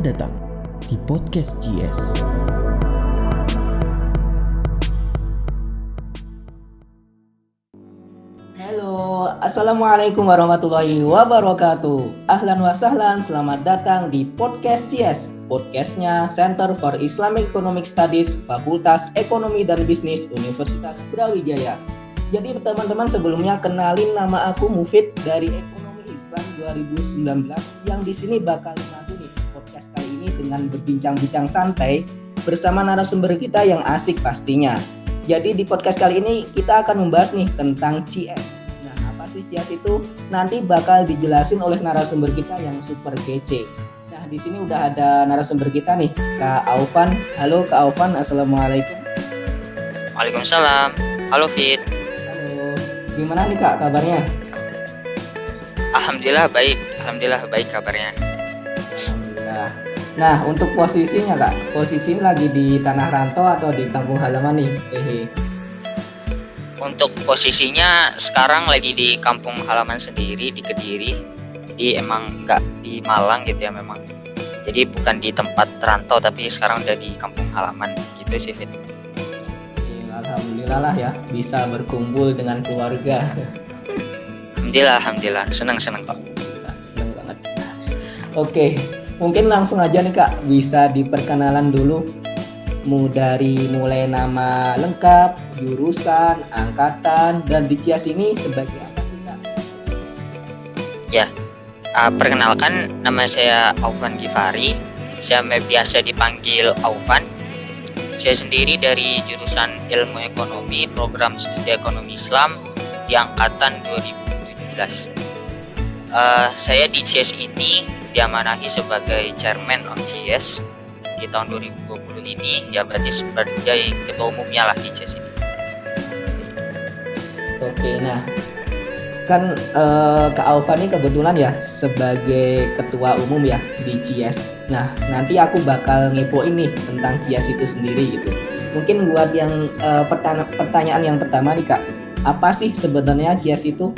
Selamat datang di Podcast GS. Halo, Assalamualaikum warahmatullahi wabarakatuh. Ahlan wa sahlan, selamat datang di Podcast GS, podcastnya Center for Islamic Economic Studies, Fakultas Ekonomi dan Bisnis Universitas Brawijaya. Jadi teman-teman, sebelumnya kenalin, nama aku Mufid dari Ekonomi Islam 2019 yang di sini bakal memandu nih podcast kali ini dengan berbincang-bincang santai bersama narasumber kita yang asik pastinya. Jadi di podcast kali ini kita akan membahas nih tentang CS. Nah, apa sih CS itu? Nanti bakal dijelasin oleh narasumber kita yang super kece. Nah, di sini udah ada narasumber kita nih, Kak Aufan. Halo Kak Aufan, Assalamualaikum. Waalaikumsalam. Halo Fit. Halo. Gimana nih Kak kabarnya? Alhamdulillah baik kabarnya. Alhamdulillah. Nah, untuk posisinya Kak, posisi lagi di tanah rantau atau di kampung halaman nih? Untuk posisinya sekarang lagi di kampung halaman sendiri di Kediri. Jadi emang nggak di Malang gitu ya memang. Jadi bukan di tempat rantau tapi sekarang udah di kampung halaman gitu sih Fit. Alhamdulillah lah ya, bisa berkumpul dengan keluarga. Alhamdulillah. Senang kok. Senang banget. Oke, mungkin langsung aja nih Kak, bisa diperkenalan dulu dari mulai nama lengkap, jurusan, angkatan, dan di CIAS ini sebagai apa sih Kak? Ya, perkenalkan nama saya Aufan Gifari. Saya biasa dipanggil Aufan. Saya sendiri dari jurusan Ilmu Ekonomi, program studi Ekonomi Islam di angkatan 2017. Saya di CIAS ini diamanahi sebagai chairman of CIAS di tahun 2020 ini, ya berarti sebagai ketua umumnya lah di CIAS ini. Oke, nah kan Kak Aufan ini kebetulan ya sebagai ketua umum ya di CIAS. Nah, nanti aku bakal ngepoin nih tentang CIAS itu sendiri gitu. Mungkin buat yang pertanyaan yang pertama nih Kak, apa sih sebenarnya CIAS itu?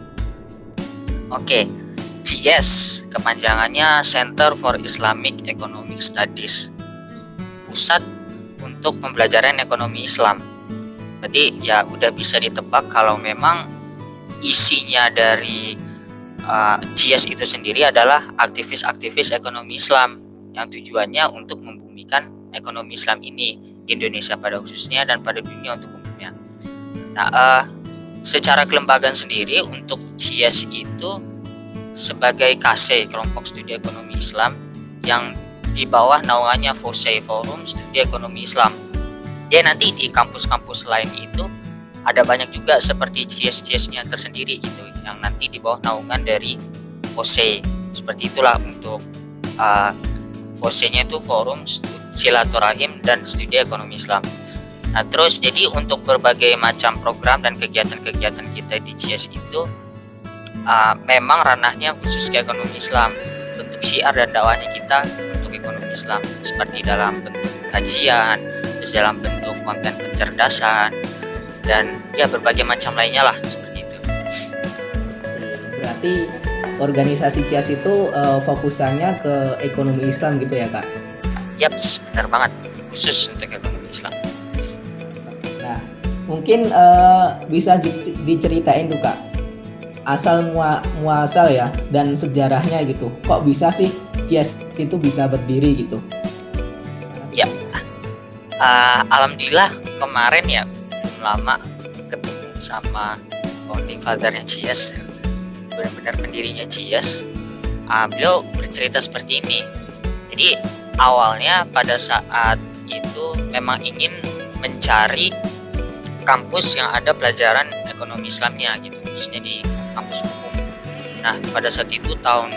Oke, CIAS kepanjangannya Center for Islamic Economic Studies, pusat untuk pembelajaran ekonomi Islam. Berarti ya udah bisa ditebak kalau memang isinya dari CIAS itu sendiri adalah aktivis-aktivis ekonomi Islam yang tujuannya untuk membumikan ekonomi Islam ini di Indonesia pada khususnya dan pada dunia untuk umumnya. Nah, secara kelembagaan sendiri untuk CIAS itu sebagai KC, kelompok studi ekonomi Islam, yang di bawah naungannya FOSE, Forum Studi Ekonomi Islam. Jadi nanti di kampus-kampus lain itu ada banyak juga seperti CIAS-CIAS-nya tersendiri gitu, yang nanti di bawah naungan dari FOSE. Seperti itulah untuk FOSE-nya itu Forum Silaturahim dan Studi Ekonomi Islam. Nah, terus jadi untuk berbagai macam program dan kegiatan-kegiatan kita di CIAS itu memang ranahnya khusus ke ekonomi Islam. Bentuk syiar dan dakwahnya kita untuk ekonomi Islam, seperti dalam bentuk kajian, terus dalam bentuk konten pencerdasan, dan ya berbagai macam lainnya lah seperti itu. Berarti organisasi CIAS itu fokusannya ke ekonomi Islam gitu ya Kak? Yap, benar banget, khusus untuk ekonomi Islam. Nah, mungkin bisa diceritain tuh Kak, asal muasal ya dan sejarahnya gitu. Kok bisa sih CIAS itu bisa berdiri gitu? Ya, alhamdulillah kemarin ya belum lama ketemu sama founding fathernya CIAS, benar-benar pendirinya CIAS. Beliau bercerita seperti ini. Jadi awalnya pada saat itu memang ingin mencari kampus yang ada pelajaran ekonomi Islamnya gitu, khususnya di kampus umum. Nah, pada saat itu tahun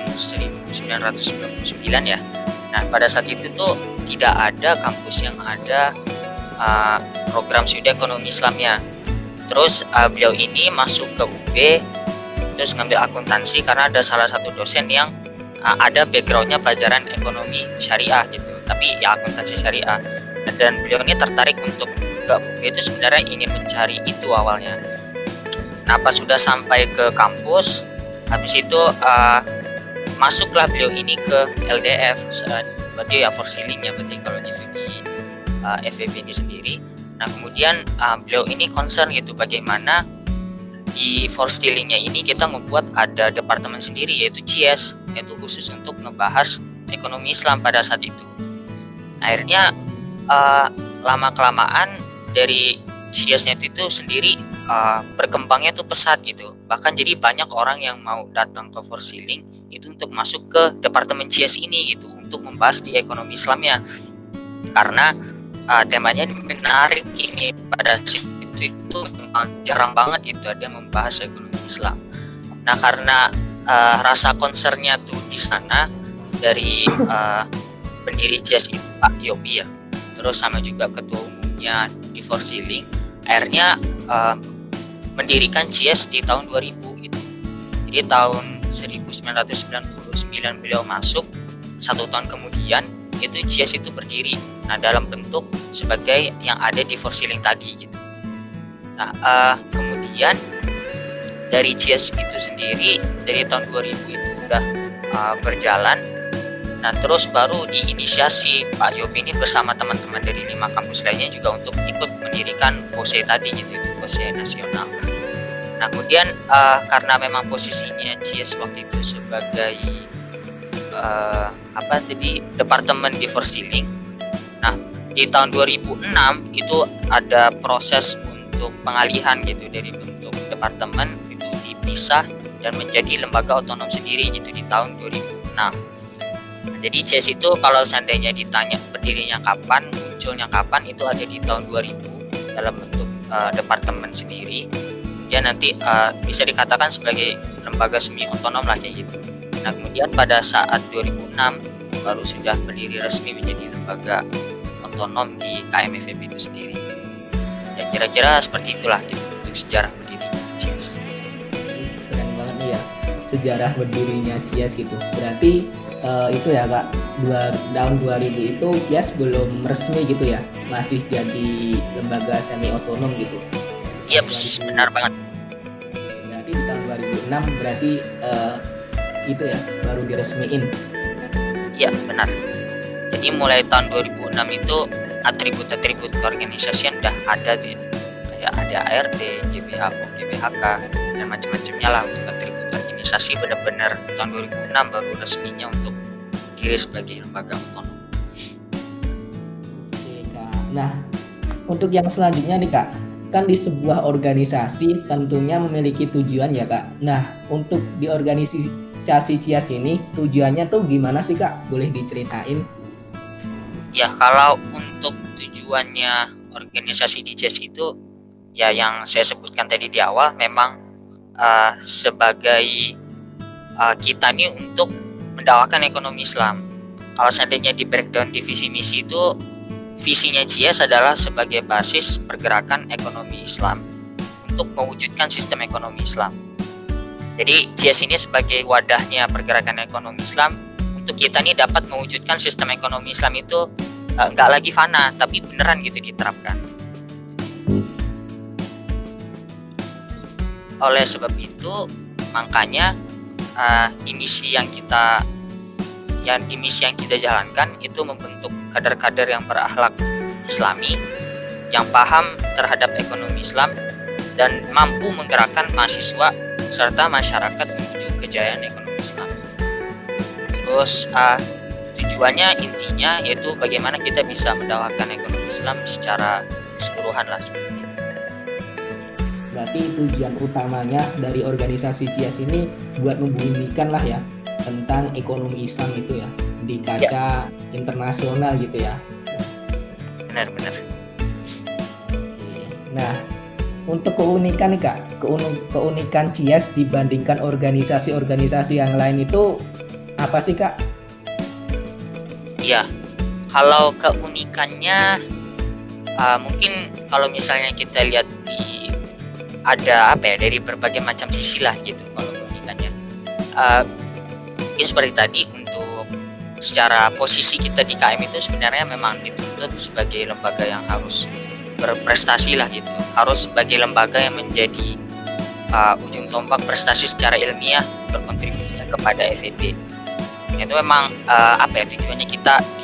1999 ya. Nah, pada saat itu tuh tidak ada kampus yang ada program studi ekonomi Islamnya. Terus beliau ini masuk ke UB, terus ngambil akuntansi karena ada salah satu dosen yang ada backgroundnya pelajaran ekonomi syariah gitu, tapi ya akuntansi syariah. Dan beliau ini tertarik untuk ke UB itu sebenarnya ingin mencari itu awalnya. Nah, pas sudah sampai ke kampus, habis itu masuklah beliau ini ke LDF berarti ya for ceiling ya berarti kalau gitu di FEB ini sendiri. Nah kemudian beliau ini concern gitu bagaimana di for ceilingnya ini kita membuat ada departemen sendiri yaitu CS, yaitu khusus untuk ngebahas ekonomi Islam pada saat itu. Akhirnya lama kelamaan dari CS-nya itu sendiri berkembangnya tuh pesat gitu. Bahkan jadi banyak orang yang mau datang ke for ceiling itu untuk masuk ke departemen CS ini gitu untuk membahas di ekonomi Islamnya. Karena temanya menarik ini pada itu memang jarang banget gitu ada yang membahas ekonomi Islam. Nah karena rasa concernnya tuh di sana dari pendiri CS itu Pak Yopi ya, terus sama juga ketua umumnya di for ceiling, akhirnya mendirikan CS di tahun 2000 gitu. Jadi tahun 1999 beliau masuk, 1 tahun kemudian itu CS itu berdiri. Nah dalam bentuk sebagai yang ada di for ceiling tadi gitu. Nah kemudian dari CS itu sendiri dari tahun 2000 itu udah berjalan. Nah terus baru diinisiasi Pak Yopi ini bersama teman-teman dari 5 kampus lainnya juga untuk ikut mendirikan FOSE tadi gitu, itu FOSE nasional. Nah kemudian karena memang posisinya CS waktu itu sebagai departemen di for ceiling. Nah di tahun 2006 itu ada proses untuk pengalihan gitu dari bentuk departemen itu dipisah dan menjadi lembaga otonom sendiri gitu di tahun 2006. Jadi CS itu kalau seandainya ditanya berdirinya kapan, munculnya kapan, itu ada di tahun 2000 dalam bentuk departemen sendiri. Dia nanti bisa dikatakan sebagai lembaga semi otonom lah kayak gitu. Nah kemudian pada saat 2006 baru sudah berdiri resmi menjadi lembaga otonom di KMFEB itu sendiri. Ya kira-kira seperti itulah gitu, untuk sejarah berdiri CS. Keren banget nih ya sejarah berdirinya CS gitu. Berarti itu ya Kak, tahun 2000 itu CS belum resmi gitu ya, masih jadi lembaga semi otonom gitu. Iya benar banget. Berarti di tahun 2006 berarti itu ya baru diresmiin. Iya benar. Jadi mulai tahun 2006 itu atribut-atribut keorganisasian udah ada tuh ya. Kayak ada ART, GBHO, GBHK dan macam-macamnya lah untuk atribut organisasi. Benar-benar tahun 2006 baru resminya untuk diri sebagai lembaga otonom. Oke Kak. Nah untuk yang selanjutnya nih Kak, kan di sebuah organisasi tentunya memiliki tujuan ya Kak. Nah untuk di organisasi CS ini tujuannya tuh gimana sih Kak? Boleh diceritain? Ya kalau untuk tujuannya organisasi di CS itu ya yang saya sebutkan tadi di awal, memang sebagai kita nih untuk mendakwakan ekonomi Islam. Kalau seandainya di breakdown di visi misi itu, visinya CS adalah sebagai basis pergerakan ekonomi Islam untuk mewujudkan sistem ekonomi Islam. Jadi CS ini sebagai wadahnya pergerakan ekonomi Islam untuk kita nih dapat mewujudkan sistem ekonomi Islam itu nggak lagi fana, tapi beneran gitu diterapkan. Oleh sebab itu makanya di misi yang kita jalankan itu membentuk kader-kader yang berakhlak Islami, yang paham terhadap ekonomi Islam dan mampu menggerakkan mahasiswa serta masyarakat menuju kejayaan ekonomi Islam. Terus tujuannya intinya yaitu bagaimana kita bisa mendakwakan ekonomi Islam secara keseluruhan lah seperti itu. Berarti tujuan utamanya dari organisasi CS ini buat membumikan lah ya tentang ekonomi Islam itu ya di kaca internasional gitu ya. Benar-benar. Nah, untuk keunikan nih Kak, keunikan CS dibandingkan organisasi-organisasi yang lain itu apa sih Kak? Ya, kalau keunikannya mungkin kalau misalnya kita lihat ada dari berbagai macam sisi lah gitu kalau keunikannya. Ya seperti tadi, untuk secara posisi kita di KM itu sebenarnya memang dituntut sebagai lembaga yang harus berprestasi lah gitu, harus sebagai lembaga yang menjadi ujung tombak prestasi secara ilmiah berkontribusi kepada FEB. Itu memang tujuannya kita di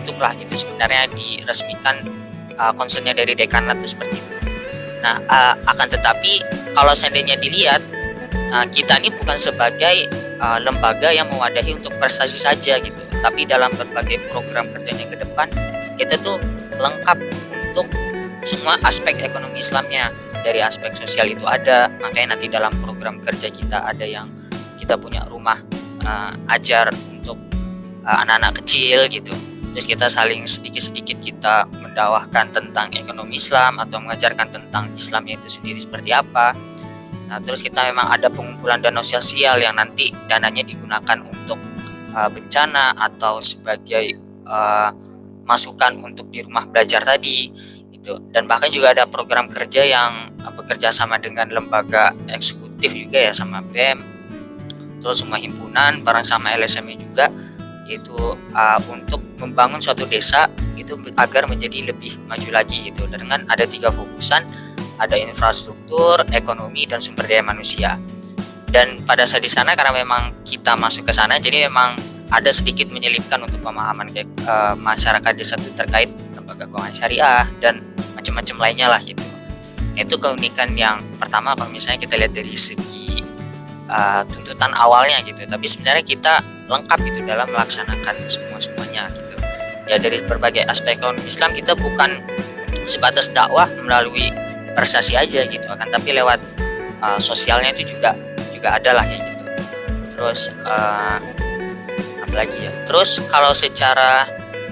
dibentuklah gitu sebenarnya, diresmikan concernnya dari dekanat itu seperti itu. Nah, akan tetapi kalau seandainya dilihat, kita ini bukan sebagai lembaga yang mewadahi untuk prestasi saja gitu, tapi dalam berbagai program kerjanya ke depan kita tuh lengkap untuk semua aspek ekonomi Islamnya. Dari aspek sosial itu ada, makanya nanti dalam program kerja kita ada yang kita punya rumah ajar untuk anak-anak kecil gitu. Terus kita saling sedikit-sedikit kita mendakwahkan tentang ekonomi Islam atau mengajarkan tentang Islamnya itu sendiri seperti apa. Nah, terus kita memang ada pengumpulan dana sosial yang nanti dananya digunakan untuk bencana atau sebagai masukan untuk di rumah belajar tadi gitu. Dan bahkan juga ada program kerja yang bekerja sama dengan lembaga eksekutif juga ya, sama BEM, terus semua himpunan bareng sama LSM juga, itu untuk membangun suatu desa itu agar menjadi lebih maju lagi gitu, dengan ada 3 fokusan, ada infrastruktur, ekonomi, dan sumber daya manusia. Dan pada saat di sana karena memang kita masuk ke sana, jadi memang ada sedikit menyelipkan untuk pemahaman masyarakat desa itu terkait lembaga keuangan syariah dan macam-macam lainnya lah gitu. Itu keunikan yang pertama kalau misalnya kita lihat dari segi tuntutan awalnya gitu, tapi sebenarnya kita lengkap itu dalam melaksanakan semuanya gitu. Ya dari berbagai aspek ekonomi Islam kita bukan sebatas dakwah melalui prestasi aja gitu, akan tapi lewat sosialnya itu juga ada lah ya gitu. Terus apa lagi ya? Terus kalau secara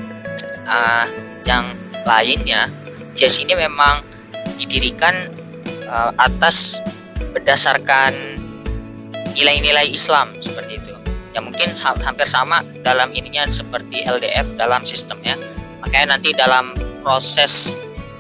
yang lainnya, JIS ini memang didirikan atas berdasarkan nilai-nilai Islam seperti itu. Ya mungkin hampir sama dalam ininya seperti LDF dalam sistemnya. Makanya nanti dalam proses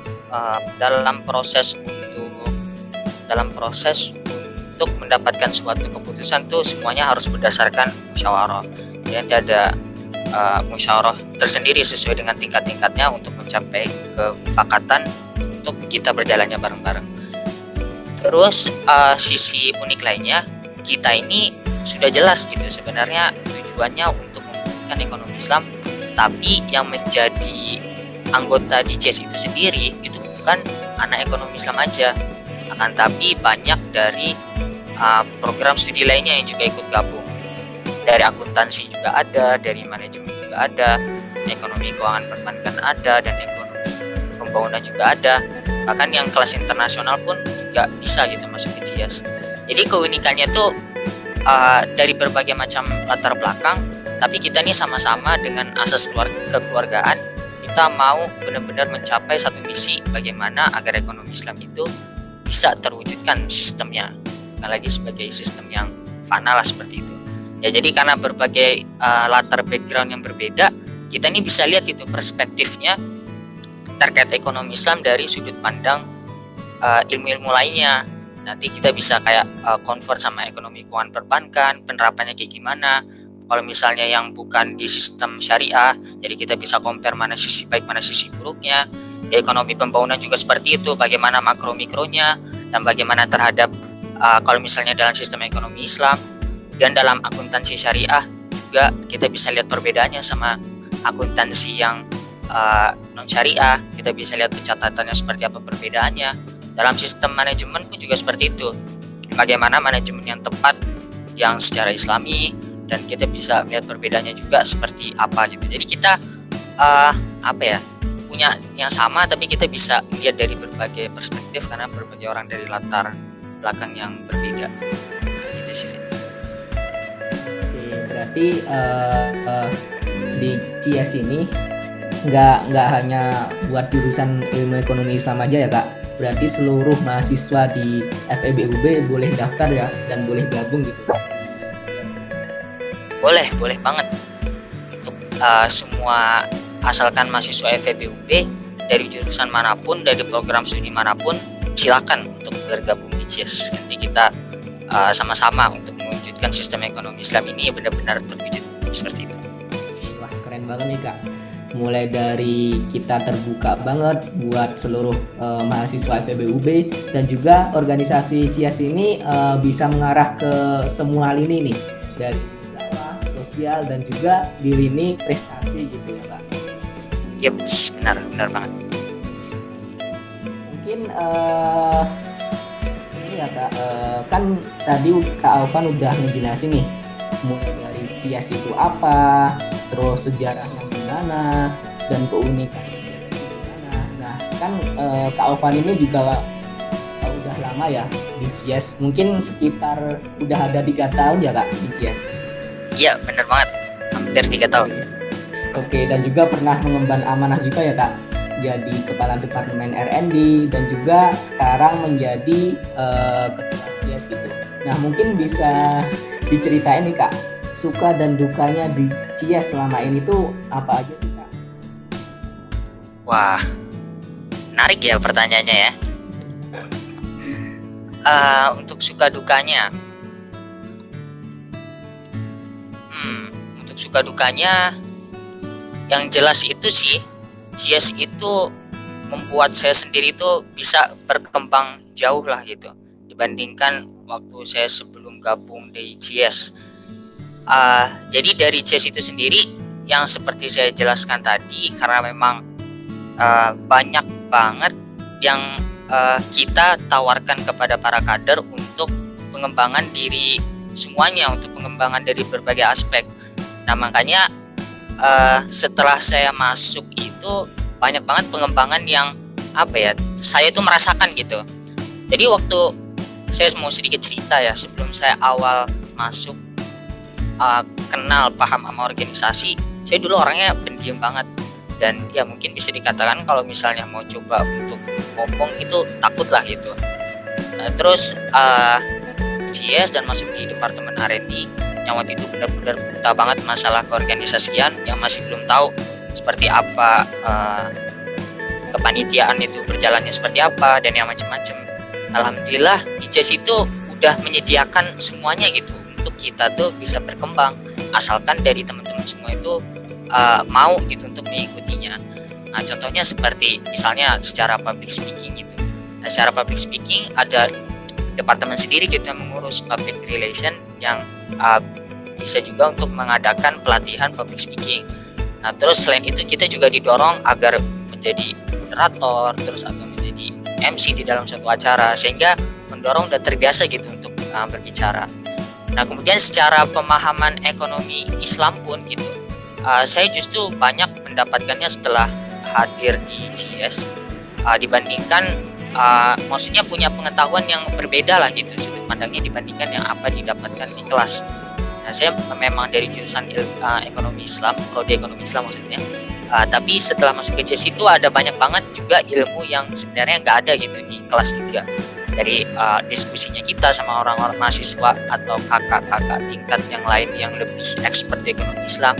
untuk mendapatkan suatu keputusan tuh semuanya harus berdasarkan musyawarah. Jadi nanti ada musyawarah tersendiri sesuai dengan tingkat-tingkatnya untuk mencapai kemufakatan untuk kita berjalannya bareng-bareng. Terus sisi unik lainnya, kita ini sudah jelas gitu sebenarnya tujuannya untuk memulihkan ekonomi Islam, tapi yang menjadi anggota di JIS itu sendiri itu bukan anak ekonomi Islam aja, akan tapi banyak dari program studi lainnya yang juga ikut gabung. Dari akuntansi juga ada, dari manajemen juga ada, ekonomi keuangan perbankan ada, dan ekonomi pembangunan juga ada. Bahkan yang kelas internasional pun juga bisa gitu masuk ke JIS. Jadi keunikannya tuh dari berbagai macam latar belakang, tapi kita nih sama-sama dengan asas kekeluargaan, kita mau benar-benar mencapai satu misi, bagaimana agar ekonomi Islam itu bisa terwujudkan sistemnya, bukan lagi sebagai sistem yang fana lah seperti itu. Ya jadi karena berbagai latar background yang berbeda, kita ini bisa lihat itu perspektifnya terkait ekonomi Islam dari sudut pandang ilmu-ilmu lainnya. Nanti kita bisa kayak convert sama ekonomi keuangan perbankan, penerapannya kayak gimana. Kalau misalnya yang bukan di sistem syariah, jadi kita bisa compare mana sisi baik, mana sisi buruknya. Di ekonomi pembangunan juga seperti itu, bagaimana makro-mikronya, dan bagaimana terhadap kalau misalnya dalam sistem ekonomi Islam. Dan dalam akuntansi syariah juga kita bisa lihat perbedaannya sama akuntansi yang non syariah. Kita bisa lihat pencatatannya seperti apa perbedaannya. Dalam sistem manajemen pun juga seperti itu, bagaimana manajemen yang tepat yang secara Islami, dan kita bisa lihat perbedaannya juga seperti apa gitu. Jadi kita punya yang sama, tapi kita bisa lihat dari berbagai perspektif karena berbagai orang dari latar belakang yang berbeda. Gitu sih, Fit. Berarti di JIS ini nggak hanya buat jurusan ilmu ekonomi Islam aja ya Kak, berarti seluruh mahasiswa di FEB-UB boleh daftar ya dan boleh gabung gitu. Boleh banget untuk semua, asalkan mahasiswa FEB-UB dari jurusan manapun, dari program studi manapun, silakan untuk bergabung di JIS. Nanti kita sama-sama untuk mewujudkan sistem ekonomi Islam ini benar-benar terwujud seperti itu. Wah, keren banget nih Kak. Mulai dari kita terbuka banget buat seluruh mahasiswa FEB-UB, dan juga organisasi JIS ini bisa mengarah ke semua lini nih, dari dakwah, sosial, dan juga di lini prestasi gitu ya Kak. Yeps, benar banget. Mungkin ini ya Kak, kan tadi Kak Alvan udah ngejelasin nih mulai dari CIES itu apa, terus sejarahnya gimana, dan keunikan gimana. Nah kan Kak Alvan ini juga udah lama ya di CIES, mungkin sekitar udah ada 3 tahun ya Kak di CIES. Iya, benar banget, hampir 3 tahun. Oke, dan juga pernah mengemban amanah juga ya Kak, jadi Kepala Departemen R&D dan juga sekarang menjadi Ketua CIES gitu. Nah mungkin bisa diceritain nih Kak, suka dan dukanya di CIES selama ini tuh apa aja sih Kak? Wah, menarik ya pertanyaannya ya. Untuk suka dukanya, untuk suka dukanya yang jelas itu sih, CIES itu membuat saya sendiri itu bisa berkembang jauh lah gitu dibandingkan waktu saya sebelum gabung di CIES. Jadi dari CIES itu sendiri yang seperti saya jelaskan tadi, karena memang banyak banget yang kita tawarkan kepada para kader untuk pengembangan diri semuanya, untuk pengembangan dari berbagai aspek. Nah makanya setelah saya masuk itu banyak banget pengembangan yang saya itu merasakan gitu. Jadi waktu saya mau sedikit cerita ya, sebelum saya awal masuk kenal paham sama organisasi, saya dulu orangnya pendiam banget, dan ya mungkin bisa dikatakan kalau misalnya mau coba untuk ngomong itu takut lah gitu. Nah, terus CIES dan masuk di Departemen R&D yang waktu itu benar-benar buta banget masalah keorganisasian, yang masih belum tahu seperti apa kepanitiaan itu berjalannya seperti apa dan yang macam-macam. Alhamdulillah di CIES itu udah menyediakan semuanya gitu untuk kita tuh bisa berkembang, asalkan dari teman-teman semua itu mau gitu untuk mengikutinya. Nah contohnya seperti misalnya secara public speaking gitu. Nah secara public speaking ada departemen sendiri gitu yang mengurus public relation, yang bisa juga untuk mengadakan pelatihan public speaking. Nah terus selain itu kita juga didorong agar menjadi moderator terus atau menjadi MC di dalam suatu acara, sehingga mendorong dan terbiasa gitu untuk berbicara. Nah kemudian secara pemahaman ekonomi Islam pun gitu, saya justru banyak mendapatkannya setelah hadir di CIES dibandingkan maksudnya punya pengetahuan yang berbeda lah gitu sudut pandangnya dibandingkan yang apa didapatkan di kelas. Nah saya memang dari jurusan ekonomi Islam, prodi ekonomi Islam maksudnya, tapi setelah masuk ke CIES itu ada banyak banget juga ilmu yang sebenarnya nggak ada gitu di kelas juga. Dari diskusinya kita sama orang-orang mahasiswa atau kakak-kakak tingkat yang lain yang lebih expert di ekonomi Islam.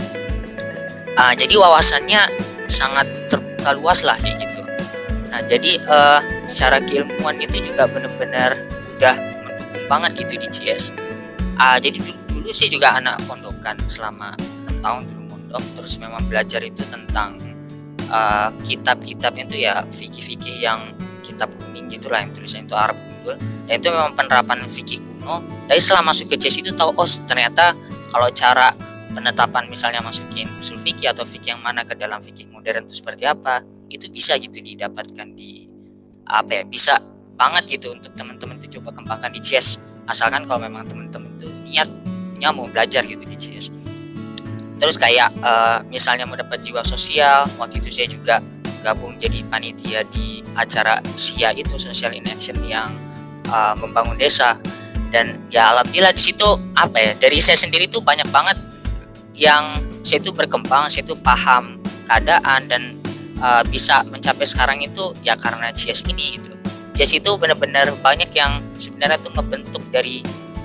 Jadi wawasannya sangat terbuka luas lah kayak gitu. Nah jadi secara keilmuan itu juga benar-benar udah mendukung banget gitu di CIES. Jadi dulu saya juga anak pondokan selama 6 tahun dulu mondok, terus memang belajar itu tentang kitab-kitabnya itu ya fikih-fikih yang kitab kuning gitulah, yang tulisannya itu Arab gundul, dan itu memang penerapan fikih kuno. Tapi setelah masuk ke CIES itu tahu ternyata kalau cara penetapan misalnya masukin usul fikih atau fikih yang mana ke dalam fikih modern itu seperti apa, itu bisa gitu didapatkan di bisa banget gitu untuk teman-teman itu coba kembangkan di CIES, asalkan kalau memang teman-teman itu niatnya mau belajar gitu di CIES. Terus kayak misalnya mau dapat jiwa sosial, waktu itu saya juga gabung jadi panitia di acara SIA itu, Social in Action, yang membangun desa. Dan ya alhamdulillah di situ dari saya sendiri tuh banyak banget yang saya itu berkembang, saya itu paham keadaan dan bisa mencapai sekarang itu ya karena CIES ini gitu. CIES itu benar-benar banyak yang sebenarnya tuh ngebentuk dari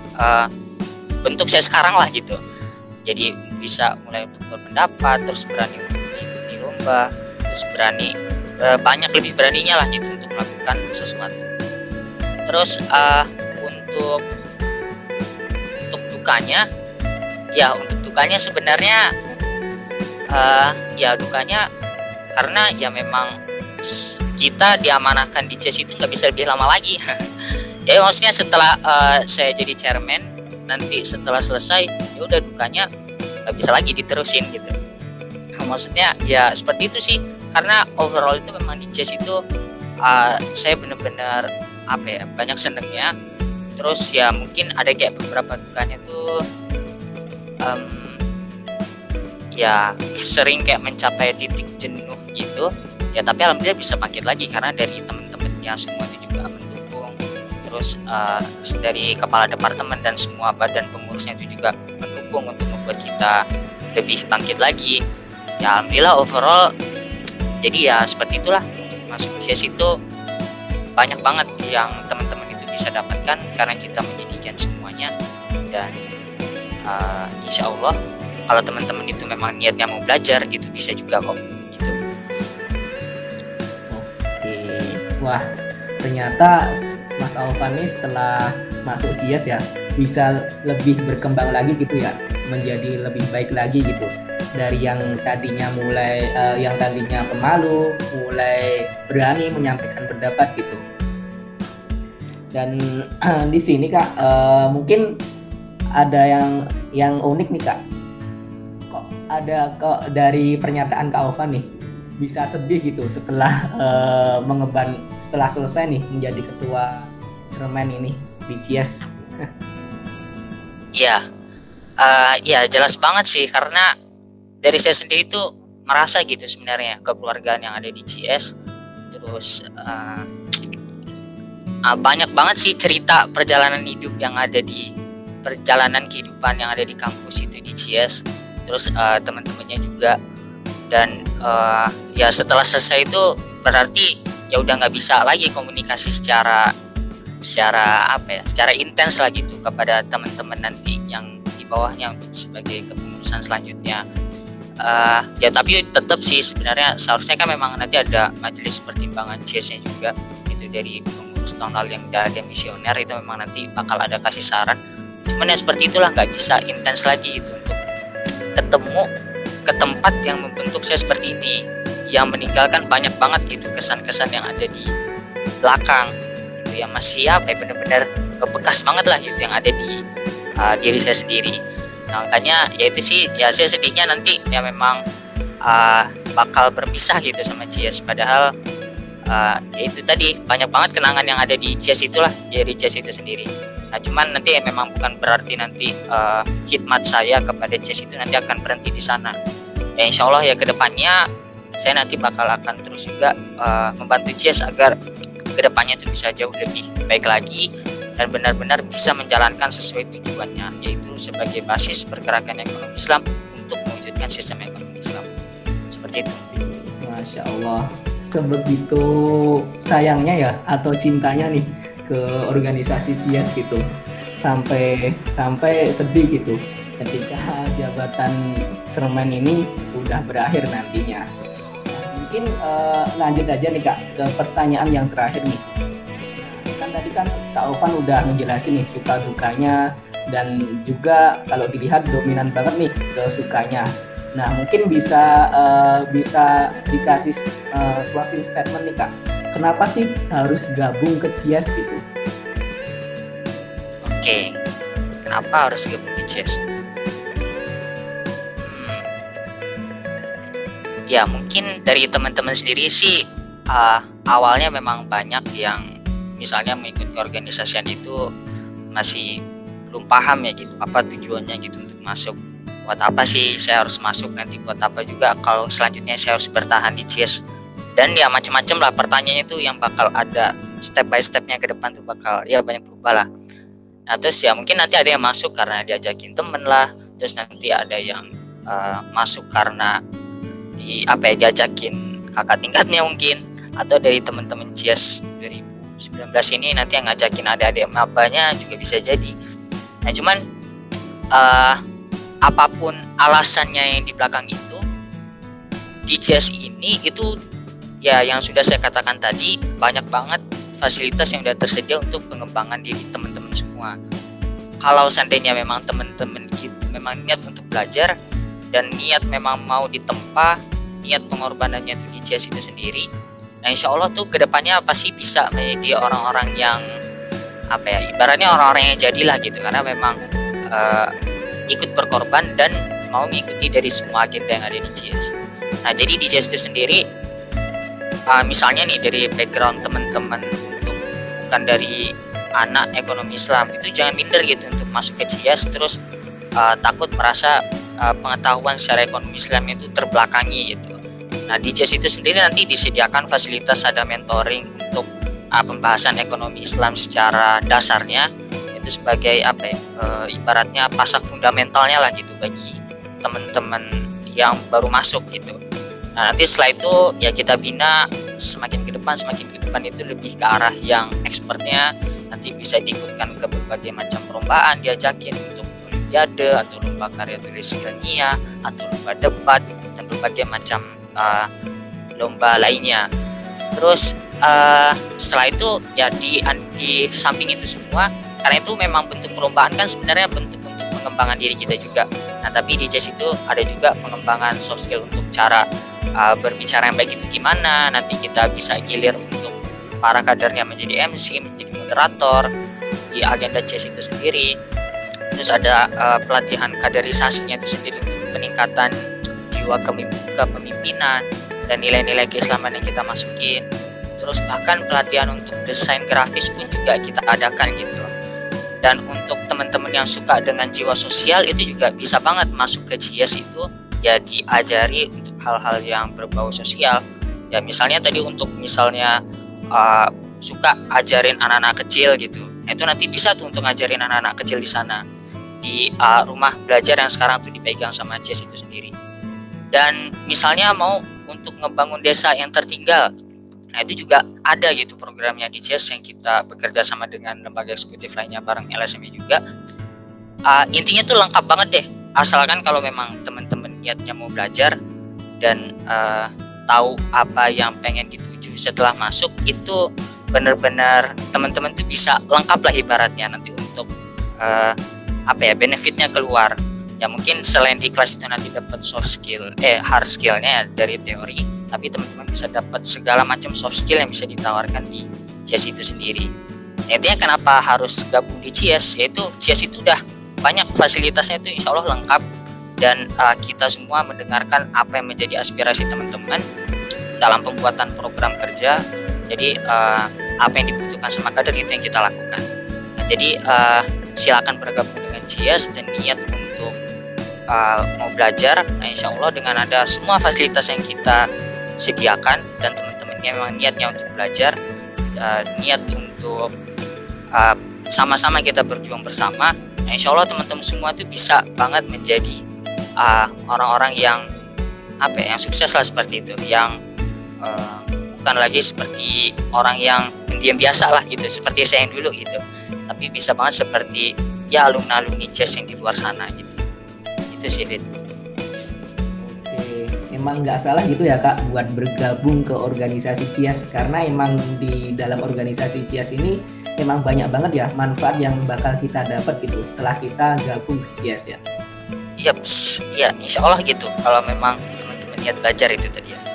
bentuk saya sekarang lah gitu. Jadi bisa mulai untuk berpendapat, terus berani untuk mengikuti lomba, terus berani lebih beraninya lah gitu untuk melakukan sesuatu. Terus untuk dukanya sebenarnya dukanya karena ya memang kita diamanahkan di CIES itu nggak bisa lebih lama lagi. Jadi maksudnya setelah saya jadi chairman, nanti setelah selesai ya udah dukanya nggak bisa lagi diterusin gitu. Maksudnya ya seperti itu sih, karena overall itu memang di CS itu saya benar-benar banyak senengnya. Terus ya mungkin ada kayak beberapa dukanya tuh ya sering kayak mencapai titik jenuh gitu ya, tapi alhamdulillah bisa bangkit lagi karena dari teman-temannya semua itu juga mendukung. Terus dari kepala departemen dan semua badan pengurusnya itu juga mendukung untuk membuat kita lebih bangkit lagi ya, alhamdulillah overall. Jadi ya seperti itulah, masuk CS itu banyak banget yang teman-teman itu bisa dapatkan karena kita menyediakan semuanya. Dan insya Allah kalau teman-teman itu memang niatnya mau belajar itu bisa juga kok gitu. Oke, wah ternyata Mas Alvan ini setelah masuk CS ya bisa lebih berkembang lagi gitu ya, menjadi lebih baik lagi gitu. Dari yang tadinya pemalu, mulai berani menyampaikan pendapat gitu. Dan di sini Kak, mungkin ada yang unik nih Kak. Kok dari pernyataan Kak Alvan nih bisa sedih gitu setelah setelah selesai nih menjadi ketua cermen ini di CS. Ya jelas banget sih, karena dari saya sendiri tuh merasa gitu sebenarnya kekeluargaan yang ada di CS. Terus banyak banget sih cerita perjalanan hidup yang ada di perjalanan kehidupan yang ada di kampus itu di CS. Terus teman-temannya juga. Dan ya setelah selesai itu berarti ya udah nggak bisa lagi komunikasi secara intens lah gitu kepada teman-teman nanti yang di bawahnya untuk sebagai kepengurusan selanjutnya. Ya tapi tetap sih sebenarnya seharusnya kan memang nanti ada majelis pertimbangan CS-nya juga itu dari pengurus tahun lalu yang udah ada misioner, itu memang nanti bakal ada kasih saran. Cuman ya seperti itulah, nggak bisa intens lagi itu untuk ketemu ke tempat yang membentuk saya seperti ini, yang meninggalkan banyak banget gitu kesan-kesan yang ada di belakang itu yang masih benar-benar kebekas banget lah gitu yang ada di diri saya sendiri. Nah, makanya ya itu sih ya saya sedihnya nanti ya memang bakal berpisah gitu sama CS, padahal ya itu tadi banyak banget kenangan yang ada di CS itulah, dari CS itu sendiri. Nah cuman nanti ya memang bukan berarti nanti khidmat saya kepada CS itu nanti akan berhenti di sana ya, insya Allah ya kedepannya saya nanti bakal akan terus juga membantu CS agar kedepannya itu bisa jauh lebih baik lagi dan benar-benar bisa menjalankan sesuai tujuannya, yaitu sebagai basis pergerakan ekonomi Islam untuk mewujudkan sistem ekonomi Islam. Seperti itu. Masya Allah, sebegitu sayangnya ya atau cintanya nih ke organisasi CS gitu, sampai sedih gitu ketika jabatan cermen ini udah berakhir nantinya. Mungkin lanjut aja nih Kak ke pertanyaan yang terakhir nih. Tadi kan Kak Alvan udah ngejelasin nih suka dukanya, dan juga kalau dilihat dominan banget nih ke sukanya. Nah mungkin bisa dikasih closing statement nih Kak, kenapa sih harus gabung ke CS gitu? Oke, kenapa harus gabung ke CS? Ya mungkin dari teman-teman sendiri sih awalnya memang banyak yang misalnya mengikuti organisasian itu masih belum paham ya gitu apa tujuannya gitu untuk masuk, buat apa sih saya harus masuk, nanti buat apa juga kalau selanjutnya saya harus bertahan di CS, dan ya macam-macam lah pertanyaannya itu yang bakal ada step by stepnya ke depan tuh bakal ya banyak berubah lah. Nah terus ya mungkin nanti ada yang masuk karena diajakin temen lah, terus nanti ada yang masuk karena diajakin kakak tingkatnya mungkin, atau dari teman-teman CS 2019 ini nanti yang ngajakin adik-adik mabanya juga bisa jadi. Nah cuman apapun alasannya yang di belakang itu, di CS ini itu ya yang sudah saya katakan tadi, banyak banget fasilitas yang sudah tersedia untuk pengembangan diri teman-teman semua. Kalau seandainya memang teman-teman itu memang niat untuk belajar dan niat memang mau ditempa, niat pengorbanannya itu di CS itu sendiri, nah insya Allah tuh kedepannya pasti bisa menjadi orang-orang yang ibaratnya orang-orang yang jadilah gitu, karena memang ikut berkorban dan mau mengikuti dari semua agenda yang ada di CS. Nah jadi di CS itu sendiri misalnya nih dari background teman-teman untuk bukan dari anak ekonomi Islam, itu jangan minder gitu untuk masuk ke CIES terus takut merasa pengetahuan secara ekonomi Islam itu terbelakangi gitu. Nah, di CIES itu sendiri nanti disediakan fasilitas ada mentoring untuk pembahasan ekonomi Islam secara dasarnya, itu sebagai ibaratnya pasak fundamentalnya lah gitu bagi teman-teman yang baru masuk gitu. Nah, nanti setelah itu ya kita bina semakin ke depan itu lebih ke arah yang expertnya, nanti bisa diikutkan ke berbagai macam perlombaan, diajakin untuk olimpiade atau lomba karya tulis ilmiah atau lomba debat dan berbagai macam lomba lainnya. Terus setelah itu ya di samping itu semua, karena itu memang bentuk perlombaan kan sebenarnya bentuk untuk pengembangan diri kita juga. Nah, tapi di CIES itu ada juga pengembangan soft skill untuk cara berbicara yang baik itu gimana. Nanti kita bisa gilir untuk para kadernya menjadi MC, menjadi moderator di agenda CIES itu sendiri. Terus ada pelatihan kaderisasinya itu sendiri untuk peningkatan jiwa kepemimpinan dan nilai-nilai keislaman yang kita masukin. Terus bahkan pelatihan untuk desain grafis pun juga kita adakan gitu. Dan untuk teman-teman yang suka dengan jiwa sosial itu juga bisa banget masuk ke CIES itu ya, diajari untuk hal-hal yang berbau sosial. Ya misalnya tadi untuk suka ajarin anak-anak kecil gitu. Nah, itu nanti bisa tuh untuk ngajarin anak-anak kecil di sana di rumah belajar yang sekarang tuh dipegang sama CIES itu sendiri. Dan misalnya mau untuk ngebangun desa yang tertinggal, nah itu juga ada gitu programnya di CIES yang kita bekerja sama dengan lembaga eksekutif lainnya bareng LSMI juga. Intinya tuh lengkap banget deh, asalkan kalau memang teman-teman niatnya mau belajar dan tahu apa yang pengen dituju setelah masuk, itu benar-benar teman-teman tuh bisa lengkap lah ibaratnya nanti untuk benefitnya keluar. Ya mungkin selain di kelas itu nanti dapat hard skillnya ya dari teori, tapi teman-teman bisa dapat segala macam soft skill yang bisa ditawarkan di CIES itu sendiri. Intinya kenapa harus gabung di CIES, yaitu CIES itu udah banyak fasilitasnya itu insya Allah lengkap, dan kita semua mendengarkan apa yang menjadi aspirasi teman-teman dalam pembuatan program kerja. Jadi apa yang dibutuhkan sama kader itu yang kita lakukan. Nah, jadi silakan bergabung dengan CIES dan niat untuk mau belajar. Nah, insya Allah dengan ada semua fasilitas yang kita sediakan dan teman-temannya memang niatnya untuk belajar, niat untuk sama-sama kita berjuang bersama, nah, insya Allah teman-teman semua itu bisa banget menjadi orang-orang yang yang sukses lah seperti itu, yang bukan lagi seperti orang yang pendiam biasa lah gitu, seperti saya yang dulu gitu, tapi bisa banget seperti ya alumni CIES yang di luar sana gitu. Itu sih Fit. Oke, emang nggak salah gitu ya Kak buat bergabung ke organisasi CIES, karena emang di dalam organisasi CIES ini emang banyak banget ya manfaat yang bakal kita dapat gitu setelah kita gabung ke CIES ya. Iya, insya Allah gitu kalau memang teman-teman niat belajar itu tadi ya.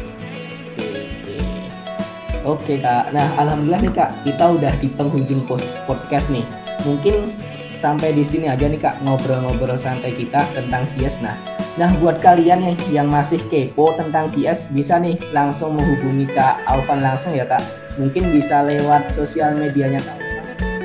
Oke Kak, nah alhamdulillah nih Kak, kita udah di penghujung podcast nih. Mungkin sampai di sini aja nih Kak ngobrol-ngobrol santai kita tentang CIES. Nah buat kalian yang masih kepo tentang CIES, bisa nih langsung menghubungi Kak Alvan langsung ya Kak. Mungkin bisa lewat sosial medianya Kak Alvan.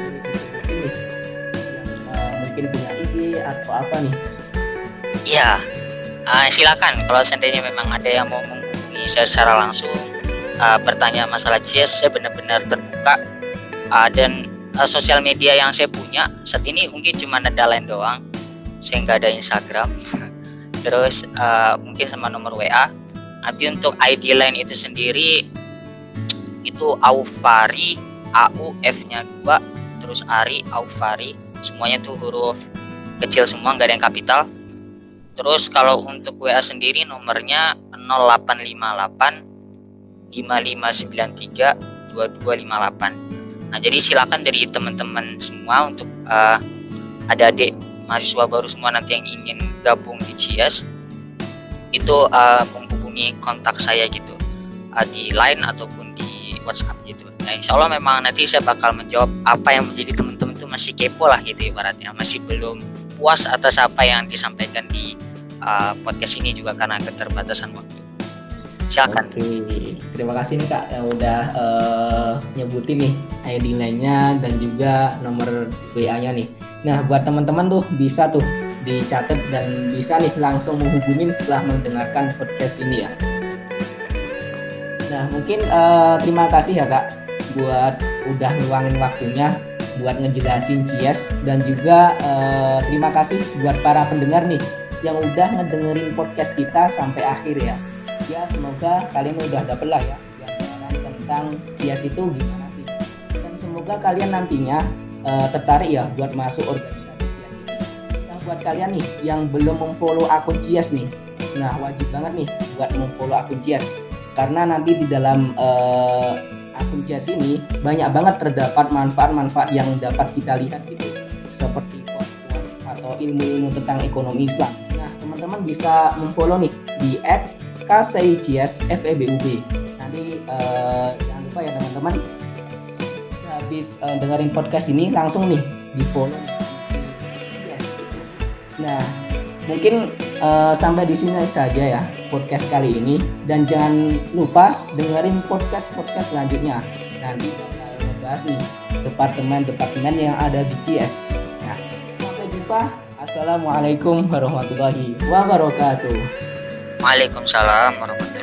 Mungkin punya IG atau apa nih? Iya, silakan kalau seandainya memang ada yang mau menghubungi saya secara langsung, bertanya masalah CIES, saya benar-benar terbuka. Dan sosial media yang saya punya saat ini mungkin cuma ada Line doang, saya nggak ada Instagram. Terus mungkin sama nomor WA. Nanti untuk ID Line itu sendiri itu Aufari, AU-F-nya 2, terus Ari, Aufari, semuanya tuh huruf kecil semua, nggak ada yang kapital. Terus kalau untuk WA sendiri nomornya 0858 5593 2258. Nah, jadi silakan dari teman-teman semua untuk adik-adik mahasiswa baru semua nanti yang ingin gabung di CIES itu menghubungi kontak saya gitu di Line ataupun di WhatsApp gitu. Nah, insya Allah memang nanti saya bakal menjawab apa yang menjadi teman-teman itu masih kepo lah gitu ibaratnya, masih belum puas atas apa yang disampaikan di podcast ini juga karena keterbatasan waktu. Silakan. Oke, terima kasih nih Kak yang udah nyebutin nih ID line-nya dan juga nomor WA-nya nih. Nah, buat teman-teman tuh bisa tuh dicatat dan bisa nih langsung menghubungin setelah mendengarkan podcast ini ya. Nah, mungkin terima kasih ya Kak buat udah ngeluangin waktunya buat ngejelasin CIES, dan juga terima kasih buat para pendengar nih yang udah ngedengerin podcast kita sampai akhir ya. Ya, semoga kalian udah dapet lah ya gambaran tentang CIES itu gimana sih. Dan semoga kalian nantinya tertarik ya buat masuk organisasi CIES ini. Nah, buat kalian nih yang belum memfollow akun CIES nih, nah wajib banget nih buat memfollow akun CIES. Karena nanti di dalam akun CIES ini banyak banget terdapat manfaat-manfaat yang dapat kita lihat gitu, seperti quotes atau ilmu-ilmu tentang ekonomi Islam. Nah, teman-teman bisa memfollow nih di @KSEICIESFEBUB. Nanti jangan lupa ya teman-teman, habis dengerin podcast ini langsung nih di follow. Nah, mungkin sampai di sini saja ya podcast kali ini, dan jangan lupa dengerin podcast selanjutnya. Nanti bakal ngebahas nih departemen yang ada di CIES. Nah, sampai jumpa. Assalamualaikum warahmatullahi wabarakatuh. Waalaikumsalam warahmatullahi wabarakatuh.